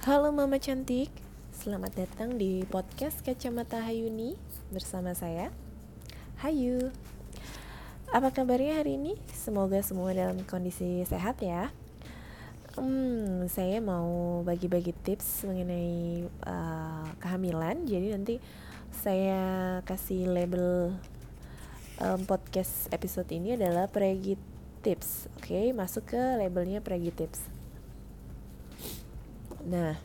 Halo Mama Cantik, selamat datang di podcast Kacamata Hayuni bersama saya, Hayu. Apa kabarnya hari ini? Semoga semua dalam kondisi sehat ya. Saya mau bagi-bagi tips mengenai kehamilan. Jadi nanti saya kasih label podcast episode ini adalah Preggy Tips. Oke, masuk ke labelnya Preggy Tips. Nah,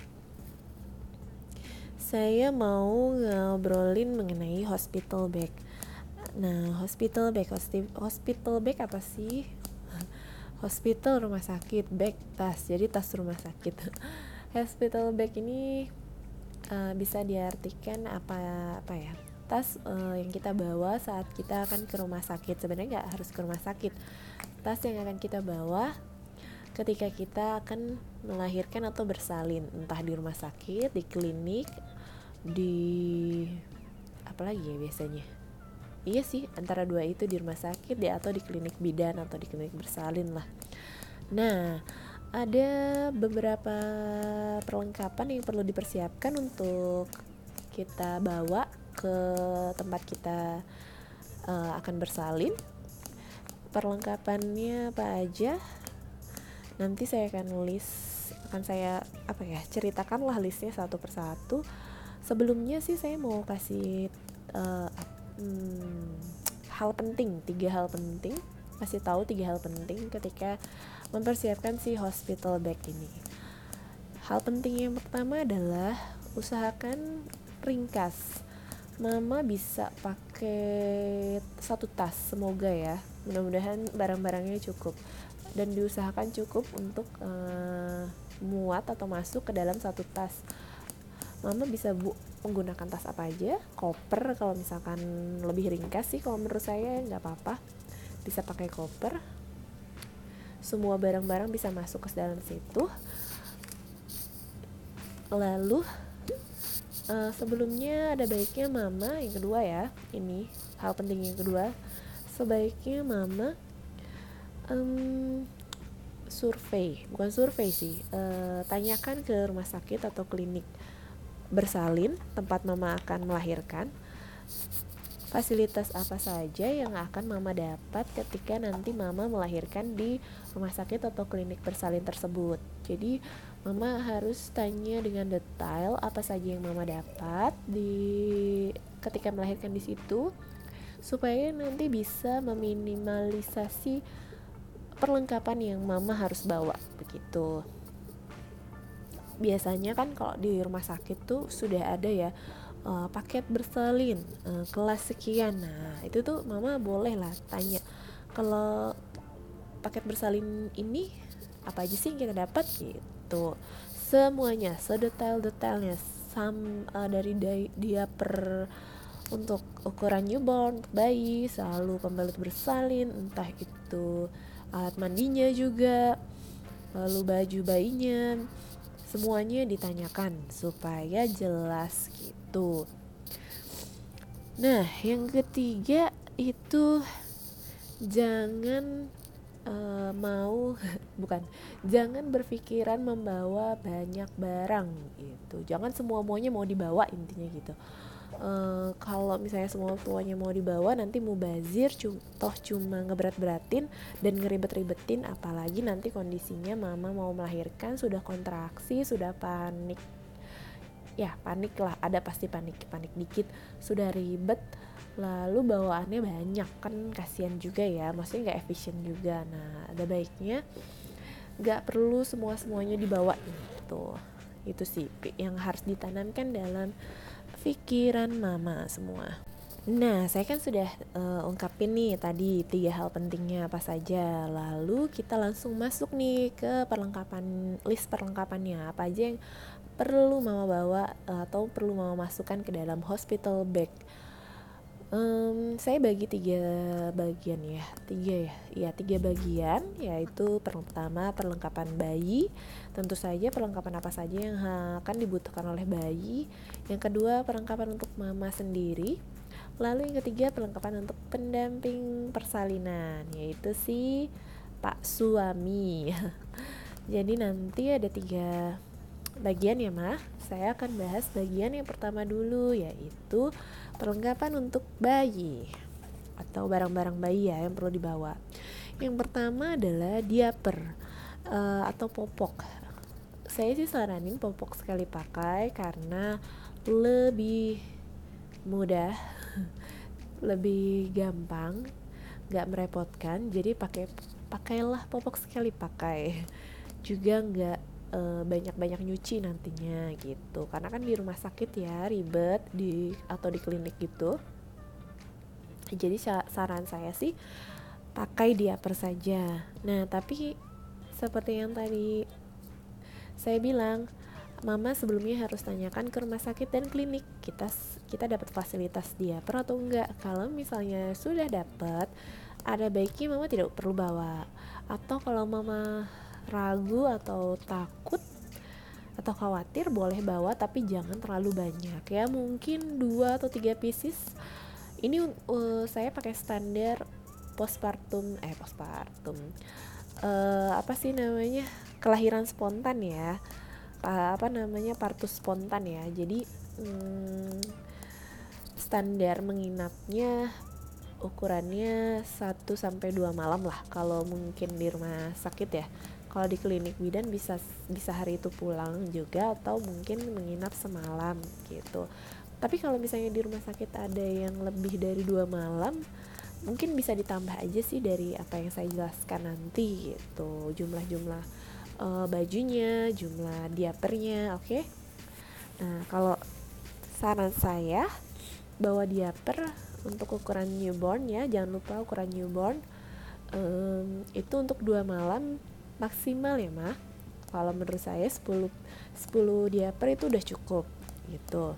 saya mau ngobrolin mengenai hospital bag. Nah, hospital bag apa sih? Hospital rumah sakit, bag tas. Jadi tas rumah sakit. Hospital bag ini bisa diartikan apa ya? Tas yang kita bawa saat kita akan ke rumah sakit. Sebenarnya nggak harus ke rumah sakit. Tas yang akan kita bawa ketika kita akan melahirkan atau bersalin, entah di rumah sakit, di klinik, di apa lagi ya biasanya. Iya sih, antara dua itu, di rumah sakit atau di klinik bidan atau di klinik bersalin lah. Nah, ada beberapa perlengkapan yang perlu dipersiapkan untuk kita bawa ke tempat kita akan bersalin. Perlengkapannya apa aja? Nanti saya akan saya ceritakanlah listnya satu persatu. Sebelumnya sih saya mau kasih tiga hal penting kasih tahu 3 hal penting ketika mempersiapkan si hospital bag ini. Hal penting yang pertama adalah usahakan ringkas. Mama bisa pakai satu tas, semoga ya, mudah-mudahan barang-barangnya cukup dan diusahakan cukup untuk muat atau masuk ke dalam satu tas. Mama bisa menggunakan tas apa aja, koper kalau misalkan lebih ringkas sih, kalau menurut saya nggak apa-apa, bisa pakai koper. Semua barang-barang bisa masuk ke dalam situ. Lalu sebelumnya ada baiknya Mama, yang kedua ya, ini hal penting yang kedua, sebaiknya Mama tanyakan ke rumah sakit atau klinik bersalin tempat Mama akan melahirkan, fasilitas apa saja yang akan Mama dapat ketika nanti Mama melahirkan di rumah sakit atau klinik bersalin tersebut. Jadi Mama harus tanya dengan detail apa saja yang Mama dapat ketika melahirkan di situ, supaya nanti bisa meminimalisasi perlengkapan yang Mama harus bawa begitu. Biasanya kan kalau di rumah sakit tuh sudah ada ya paket bersalin kelas sekian. Nah, itu tuh Mama boleh lah tanya, kalau paket bersalin ini apa aja sih yang kita dapat gitu. Semuanya, sedetail-detailnya, dari diaper untuk ukuran newborn, untuk bayi, selalu pembalut bersalin, entah itu alat mandinya juga, lalu baju bayinya, semuanya ditanyakan supaya jelas gitu. Nah, yang ketiga itu jangan jangan berpikiran membawa banyak barang gitu. Jangan semuanya mau dibawa, intinya gitu. Kalau misalnya semuanya mau dibawa, nanti mubazir, cuma ngeberat-beratin dan ngeribet-ribetin. Apalagi nanti kondisinya Mama mau melahirkan, sudah kontraksi, sudah panik lah, ada pasti panik dikit, sudah ribet, lalu bawaannya banyak, kan kasihan juga ya, maksudnya gak efisien juga. Nah, ada baiknya gak perlu semuanya dibawa gitu. Itu sih yang harus ditanamkan dalam pikiran Mama semua. Nah, saya kan sudah ungkapin nih tadi 3 hal pentingnya apa saja. Lalu kita langsung masuk nih ke list perlengkapannya. Apa aja yang perlu Mama bawa atau perlu Mama masukkan ke dalam hospital bag. Saya bagi 3 bagian ya. 3 bagian, yaitu pertama perlengkapan bayi. Tentu saja perlengkapan apa saja yang akan dibutuhkan oleh bayi. Yang kedua, perlengkapan untuk Mama sendiri. Lalu yang ketiga, perlengkapan untuk pendamping persalinan, yaitu si Pak Suami. Jadi nanti ada 3 bagian ya mah, saya akan bahas bagian yang pertama dulu, yaitu perlengkapan untuk bayi atau barang-barang bayi ya yang perlu dibawa. Yang pertama adalah diaper atau popok. Saya sih saranin popok sekali pakai karena lebih mudah, lebih gampang, nggak merepotkan. Jadi pakailah popok sekali pakai. Juga nggak banyak-banyak nyuci nantinya gitu. Karena kan di rumah sakit ya ribet atau di klinik gitu. Jadi saran saya sih pakai diaper saja. Nah, tapi seperti yang tadi saya bilang, Mama sebelumnya harus tanyakan ke rumah sakit dan klinik kita dapat fasilitas diaper atau enggak. Kalau misalnya sudah dapat, ada baiknya Mama tidak perlu bawa. Atau kalau Mama ragu atau takut atau khawatir, boleh bawa tapi jangan terlalu banyak ya, mungkin 2 atau 3 pieces. Ini saya pakai standar postpartum apa sih namanya, kelahiran spontan ya, partus spontan ya. Jadi standar menginapnya ukurannya 1-2 malam lah kalau mungkin di rumah sakit ya. Kalau di klinik bidan bisa hari itu pulang juga atau mungkin menginap semalam gitu. Tapi kalau misalnya di rumah sakit ada yang lebih dari 2 malam, mungkin bisa ditambah aja sih dari apa yang saya jelaskan nanti gitu, jumlah bajunya, jumlah diapernya, oke? Nah, kalau saran saya bawa diaper untuk ukuran newborn ya, jangan lupa ukuran newborn. Itu untuk 2 malam maksimal ya mah. Kalau menurut saya 10 diaper itu udah cukup gitu.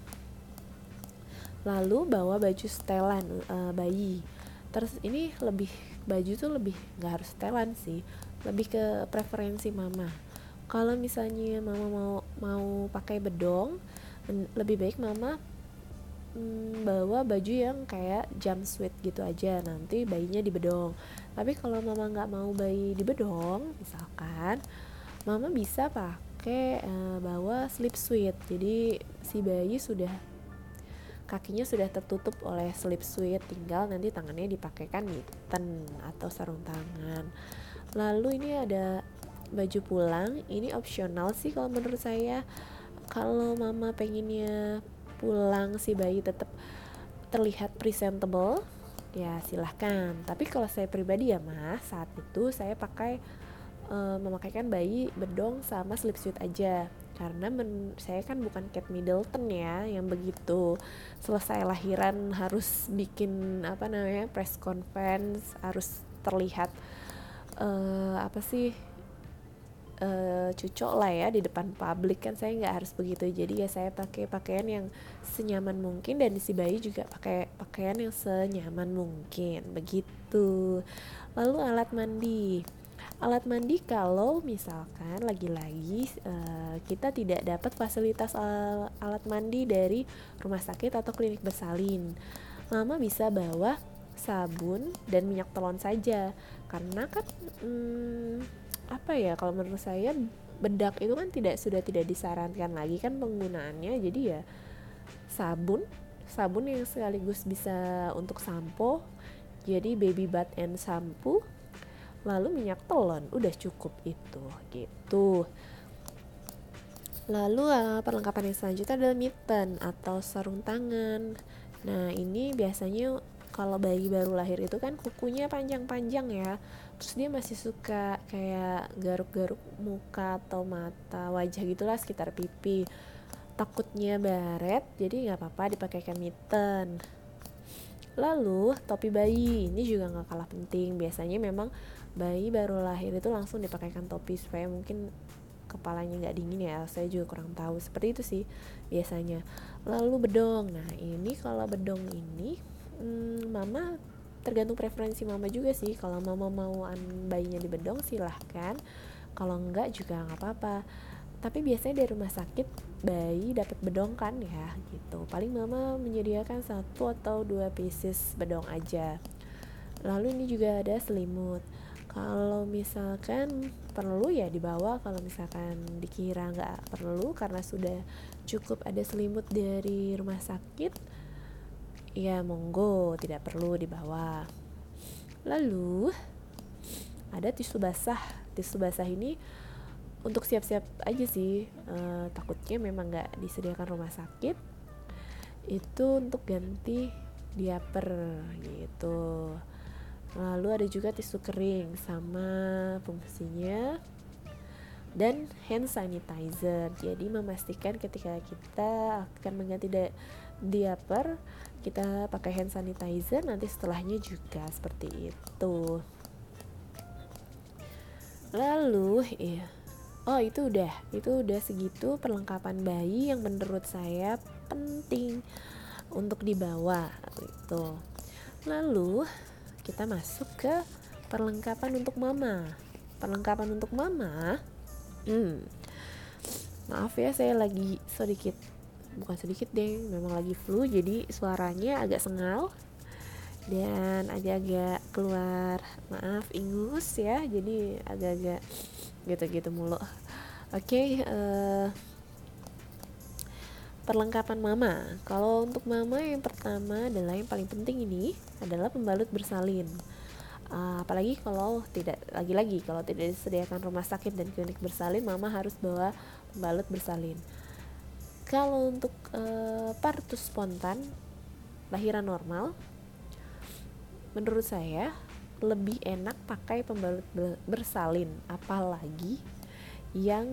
Lalu bawa baju setelan bayi. Terus ini baju tuh lebih nggak harus setelan sih, lebih ke preferensi mama. Kalau misalnya mama mau pakai bedong, lebih baik mama bawa baju yang kayak jumpsuit gitu aja, nanti bayinya di bedong. Tapi kalau mama nggak mau bayi di bedong, misalkan mama bisa pakai bawa slipsuit. Jadi si bayi kakinya sudah tertutup oleh slipsuit, tinggal nanti tangannya dipakaikan mitten atau sarung tangan. Lalu ini ada baju pulang, ini opsional sih kalau menurut saya. Kalau mama pengennya pulang si bayi tetap terlihat presentable, ya silahkan. Tapi kalau saya pribadi ya mas, saat itu saya memakaikan bayi bedong sama slipsuit aja, karena saya kan bukan Kate Middleton ya yang begitu selesai lahiran harus bikin press conference, harus terlihat cucok lah ya di depan publik. Kan saya nggak harus begitu, jadi ya saya pakai pakaian yang senyaman mungkin dan si bayi juga pakai pakaian yang senyaman mungkin begitu. Lalu alat mandi kalau misalkan lagi-lagi kita tidak dapat fasilitas alat mandi dari rumah sakit atau klinik bersalin, mama bisa bawa sabun dan minyak telon saja. Karena kan kalau menurut saya bedak itu kan sudah tidak disarankan lagi kan penggunaannya. Jadi ya sabun yang sekaligus bisa untuk sampo, jadi baby bath and shampoo, lalu minyak telon, udah cukup itu gitu. Lalu perlengkapan yang selanjutnya adalah mitten atau sarung tangan. Nah ini biasanya kalau bayi baru lahir itu kan kukunya panjang-panjang ya, terus dia masih suka kayak garuk-garuk muka atau mata, wajah gitulah sekitar pipi, takutnya baret, jadi nggak apa-apa dipakaikan mitten. Lalu topi bayi ini juga nggak kalah penting. Biasanya memang bayi baru lahir itu langsung dipakaikan topi supaya mungkin kepalanya nggak dingin ya, saya juga kurang tahu, seperti itu sih biasanya. Lalu bedong, nah ini kalau bedong ini mama tergantung preferensi mama juga sih. Kalau mama mau bayinya di bedong silahkan, kalau enggak juga nggak apa-apa. Tapi biasanya dari rumah sakit bayi dapat bedong kan ya gitu, paling mama menyediakan 1 atau 2 pieces bedong aja. Lalu ini juga ada selimut. Kalau misalkan perlu ya dibawa, kalau misalkan dikira nggak perlu karena sudah cukup ada selimut dari rumah sakit, ya monggo tidak perlu dibawa. Lalu ada tisu basah. Tisu basah ini untuk siap-siap aja sih, takutnya memang nggak disediakan rumah sakit, itu untuk ganti diaper gitu. Lalu ada juga tisu kering sama fungsinya, dan hand sanitizer. Jadi memastikan ketika kita akan mengganti diaper, kita pakai hand sanitizer, nanti setelahnya juga seperti itu. Lalu itu udah segitu perlengkapan bayi yang menurut saya penting untuk dibawa gitu. Lalu kita masuk ke perlengkapan untuk mama. Maaf ya, saya lagi bukan sedikit deh, memang lagi flu, jadi suaranya agak sengal dan agak-agak keluar, maaf, ingus ya, jadi agak-agak gitu-gitu mulu. Oke, perlengkapan mama. Kalau untuk mama yang pertama adalah yang paling penting ini adalah pembalut bersalin. Apalagi kalau kalau tidak disediakan rumah sakit dan klinik bersalin, mama harus bawa pembalut bersalin. Kalau untuk partus spontan lahiran normal, menurut saya lebih enak pakai pembalut bersalin, apalagi yang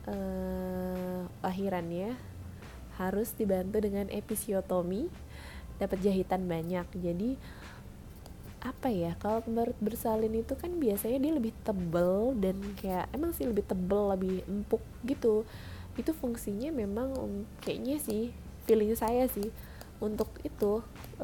lahirannya harus dibantu dengan episiotomi, dapat jahitan banyak. Jadi kalau pembalut bersalin itu kan biasanya dia lebih tebal dan lebih tebal, lebih empuk gitu. Itu fungsinya memang kayaknya sih, feeling saya sih, untuk itu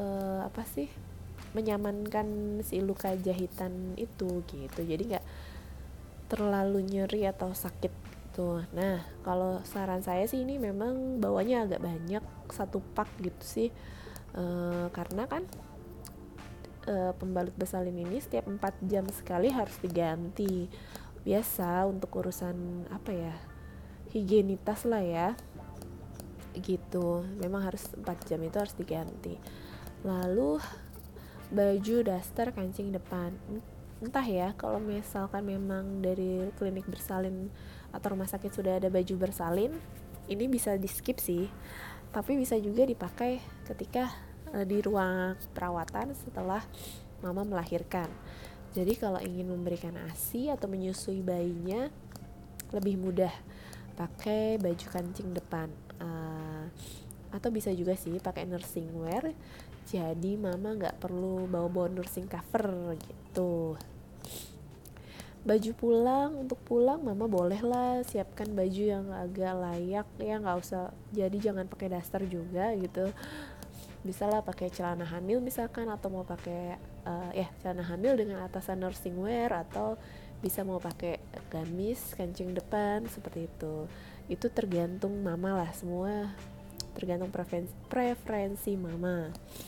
menyamankan si luka jahitan itu gitu. Jadi nggak terlalu nyeri atau sakit gitu. Nah, kalau saran saya sih ini memang bawanya agak banyak, 1 pak gitu sih, karena kan pembalut bersalin ini setiap 4 jam sekali harus diganti. Biasa untuk urusan higienitas lah ya gitu, memang harus 4 jam itu harus diganti. Lalu baju daster kancing depan, entah ya, kalau misalkan memang dari klinik bersalin atau rumah sakit sudah ada baju bersalin, ini bisa di skip sih, tapi bisa juga dipakai ketika di ruang perawatan setelah mama melahirkan. Jadi kalau ingin memberikan ASI atau menyusui bayinya, lebih mudah pakai baju kancing depan, atau bisa juga sih pakai nursing wear, jadi mama nggak perlu bawa nursing cover gitu. Baju untuk pulang mama boleh lah siapkan baju yang agak layak ya, nggak usah, jadi jangan pakai daster juga gitu. Bisa lah pakai celana hamil misalkan, atau mau pakai celana hamil dengan atasan nursing wear, atau bisa mau pakai gamis kancing depan seperti itu. Itu tergantung mama lah, semua tergantung preferensi mama.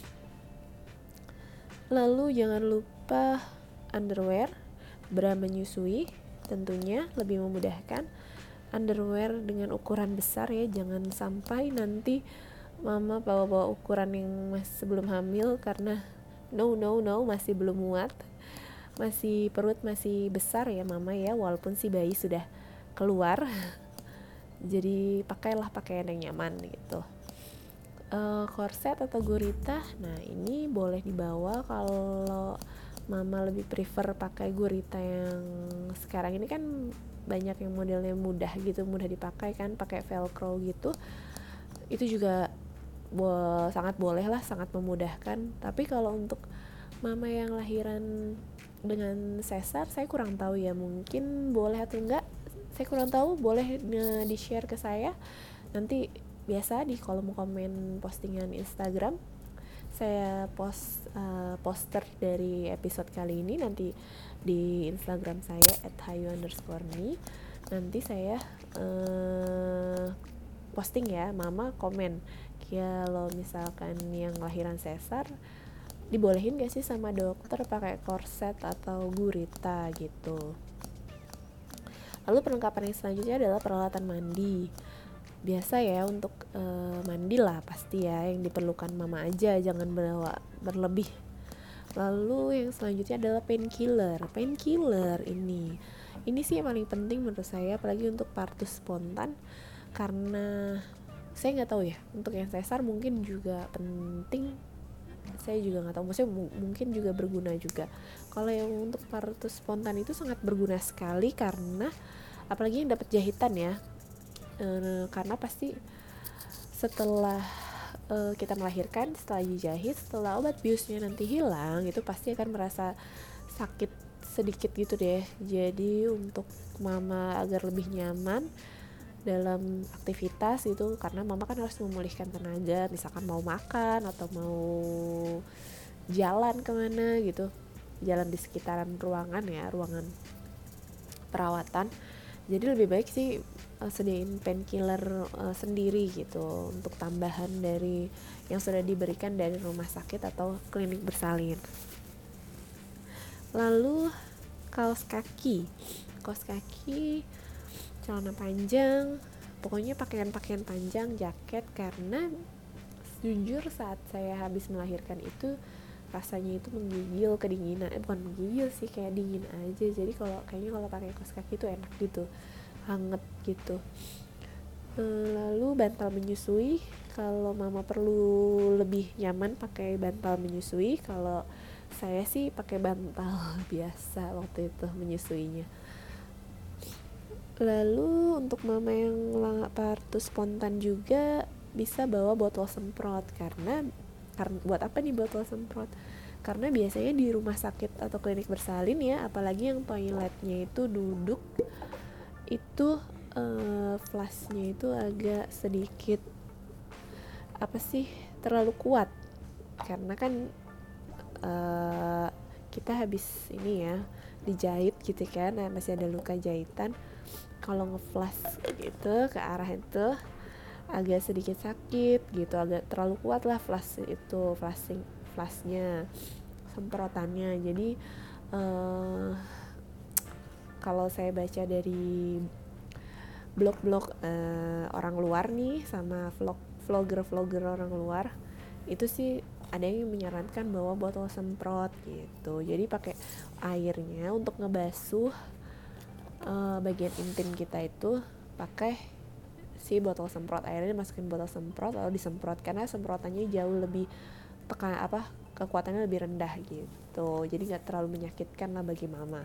Lalu jangan lupa underwear, bra menyusui tentunya lebih memudahkan. Underwear dengan ukuran besar ya, jangan sampai nanti mama bawa ukuran yang masih sebelum hamil, karena no masih belum muat, masih perut masih besar ya mama ya, walaupun si bayi sudah keluar. Jadi pakailah pakaian yang nyaman gitu. Korset atau gurita, nah ini boleh dibawa kalau mama lebih prefer pakai gurita yang sekarang ini kan banyak yang modelnya mudah dipakai kan, pakai velcro gitu. Itu juga sangat boleh lah, sangat memudahkan. Tapi kalau untuk mama yang lahiran dengan sesar, saya kurang tahu ya, mungkin boleh atau enggak, saya kurang tahu. Boleh di share ke saya nanti, biasa di kolom komen postingan Instagram saya poster dari episode kali ini nanti di Instagram saya @hayu_me. Nanti saya posting ya, mama komen kalau misalkan yang lahiran sesar dibolehin gak sih sama dokter pakai korset atau gurita gitu. Lalu perlengkapan yang selanjutnya adalah peralatan mandi. Biasa ya untuk mandi lah pasti ya, yang diperlukan mama aja, jangan bawa berlebih. Lalu yang selanjutnya adalah painkiller. Painkiller ini sih yang paling penting menurut saya, apalagi untuk partus spontan, karena saya nggak tahu ya, untuk yang sesar mungkin juga penting, saya juga nggak tahu, maksudnya mungkin juga berguna juga. Kalau yang untuk partus spontan itu sangat berguna sekali, karena apalagi yang dapat jahitan ya, karena pasti setelah kita melahirkan, setelah dijahit, setelah obat biusnya nanti hilang, itu pasti akan merasa sakit sedikit gitu deh. Jadi untuk mama agar lebih nyaman dalam aktivitas itu, karena mama kan harus memulihkan tenaga, misalkan mau makan atau mau jalan kemana gitu, jalan di sekitaran ruangan ya, ruangan perawatan. Jadi lebih baik sih sediain painkiller sendiri gitu, untuk tambahan dari yang sudah diberikan dari rumah sakit atau klinik bersalin. Lalu kaos kaki, celana panjang, pokoknya pakaian-pakaian panjang, jaket, karena jujur saat saya habis melahirkan itu rasanya itu menggigil, kedinginan, bukan menggigil sih, kayak dingin aja. Jadi kayaknya kalau pakai kaos kaki itu enak gitu, hangat gitu. Lalu bantal menyusui, kalau mama perlu lebih nyaman pakai bantal menyusui, kalau saya sih pakai bantal biasa waktu itu menyusuinya. Lalu untuk mama yang partus spontan juga bisa bawa botol semprot, karena buat apa nih botol semprot? Karena biasanya di rumah sakit atau klinik bersalin ya, apalagi yang toiletnya itu duduk, itu flashnya itu agak sedikit terlalu kuat, karena kan kita habis ini ya dijahit gitu kan, masih ada luka jahitan. Kalau ngeflash gitu ke arah itu agak sedikit sakit gitu, agak terlalu kuat lah flashnya, semprotannya. Jadi kalau saya baca dari blog-blog orang luar nih, sama vlogger orang luar, itu sih ada yang menyarankan bawa botol semprot gitu. Jadi pakai airnya untuk ngebasuh bagian intim kita itu, pakai si botol semprot, airnya dimasukin botol semprot lalu disemprot, karena semprotannya jauh lebih kekuatannya lebih rendah gitu, jadi nggak terlalu menyakitkan lah bagi mama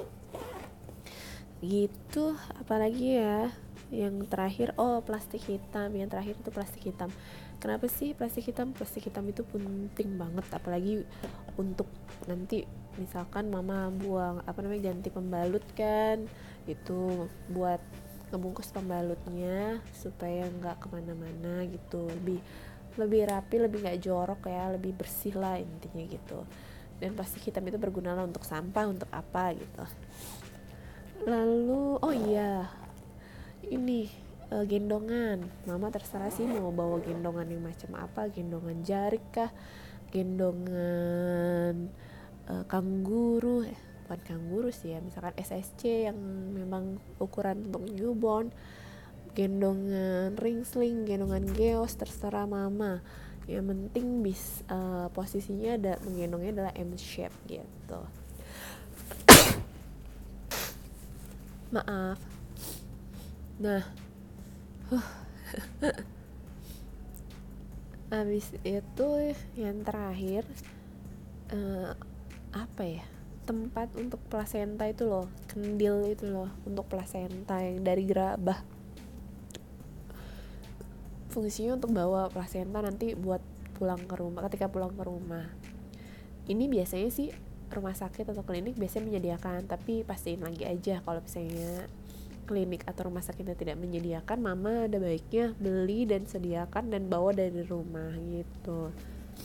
gitu. Apalagi ya yang terakhir, plastik hitam. Yang terakhir itu plastik hitam. Kenapa sih plastik hitam itu penting banget, apalagi untuk nanti misalkan mama buang ganti pembalut kan, itu buat ngebungkus pembalutnya supaya nggak kemana-mana gitu, lebih rapi, lebih nggak jorok ya, lebih bersih lah intinya gitu. Dan plastik hitam itu berguna lah untuk sampah, untuk apa gitu. Lalu ini gendongan, mama terserah sih mau bawa gendongan yang macam apa, gendongan jarik kah, gendongan kangguru, bukan kangguru sih ya, misalkan SSC yang memang ukuran untuk newborn, gendongan ring sling, gendongan geos, terserah mama. Yang penting posisinya menggendongnya adalah M shape gitu. Maaf. Nah, habis itu yang terakhir tempat untuk plasenta itu loh, kendil itu loh untuk plasenta yang dari gerabah. Fungsinya untuk bawa plasenta nanti buat ketika pulang ke rumah. Ini biasanya sih rumah sakit atau klinik biasanya menyediakan, tapi pastiin lagi aja kalau misalnya klinik atau rumah sakitnya tidak menyediakan, mama ada baiknya beli dan sediakan dan bawa dari rumah gitu.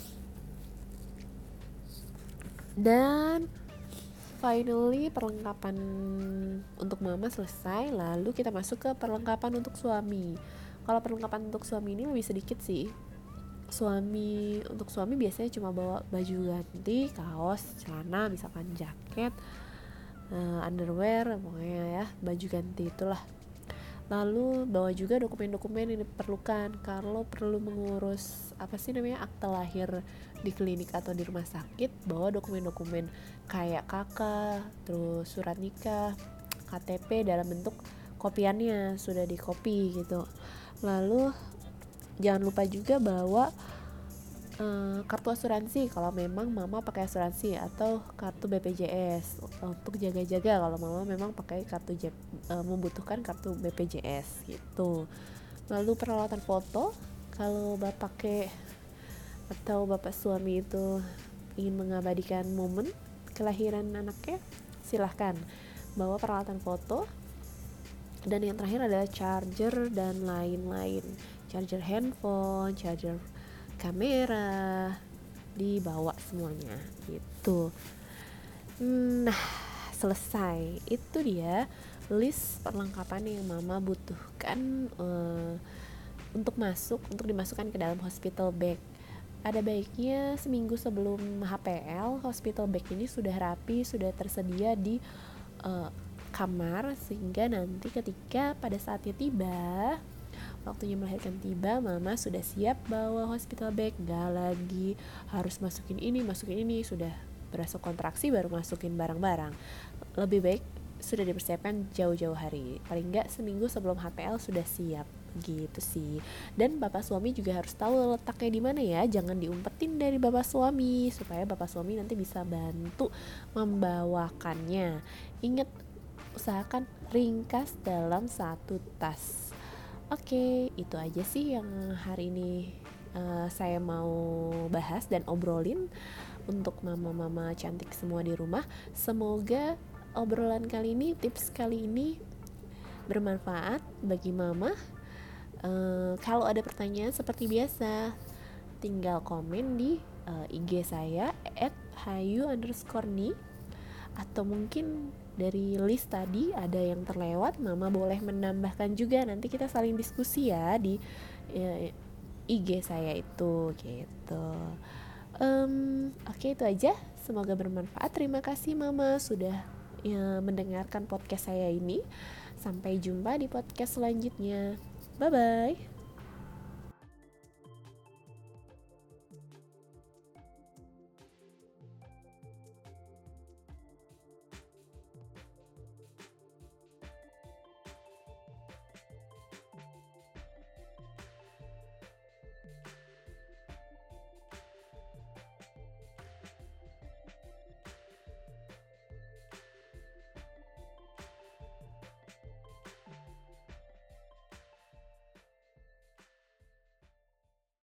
Dan finally perlengkapan untuk mama selesai, lalu kita masuk ke perlengkapan untuk suami. Kalau perlengkapan untuk suami ini lebih sedikit sih, Untuk suami biasanya cuma bawa baju ganti, kaos, celana, misalkan jaket, underwear, pokoknya ya baju ganti itulah. Lalu bawa juga dokumen-dokumen yang diperlukan kalau perlu mengurus akte lahir di klinik atau di rumah sakit. Bawa dokumen-dokumen kayak KK, terus surat nikah, KTP dalam bentuk kopiannya sudah dikopi gitu. Lalu jangan lupa juga bawa kartu asuransi kalau memang mama pakai asuransi, atau kartu BPJS untuk jaga-jaga kalau mama memang pakai membutuhkan kartu BPJS gitu. Lalu peralatan foto kalau bapak suami itu ingin mengabadikan momen kelahiran anaknya, silahkan bawa peralatan foto. Dan yang terakhir adalah charger dan lain-lain, charger handphone, charger kamera, dibawa semuanya gitu. Nah, selesai. Itu dia list perlengkapan yang mama butuhkan untuk dimasukkan ke dalam hospital bag. Ada baiknya seminggu sebelum HPL, hospital bag ini sudah rapi, sudah tersedia di kamar, sehingga nanti ketika pada saatnya waktunya melahirkan tiba, mama sudah siap bawa hospital bag, gak lagi harus masukin ini, sudah berasa kontraksi baru masukin barang-barang. Lebih baik sudah dipersiapkan jauh-jauh hari, paling gak seminggu sebelum HPL sudah siap gitu sih. Dan bapak suami juga harus tahu letaknya di mana ya, jangan diumpetin dari bapak suami, supaya bapak suami nanti bisa bantu membawakannya. Ingat, usahakan ringkas dalam satu tas. Oke, itu aja sih yang hari ini saya mau bahas dan obrolin untuk mama-mama cantik semua di rumah. Semoga obrolan kali ini, tips kali ini bermanfaat bagi mama. Kalau ada pertanyaan seperti biasa, tinggal komen di IG saya @hayu_ni, atau mungkin dari list tadi ada yang terlewat, mama boleh menambahkan juga, nanti kita saling diskusi ya di IG saya itu gitu. Oke, itu aja, semoga bermanfaat. Terima kasih mama sudah mendengarkan podcast saya ini. Sampai jumpa di podcast selanjutnya. Bye bye.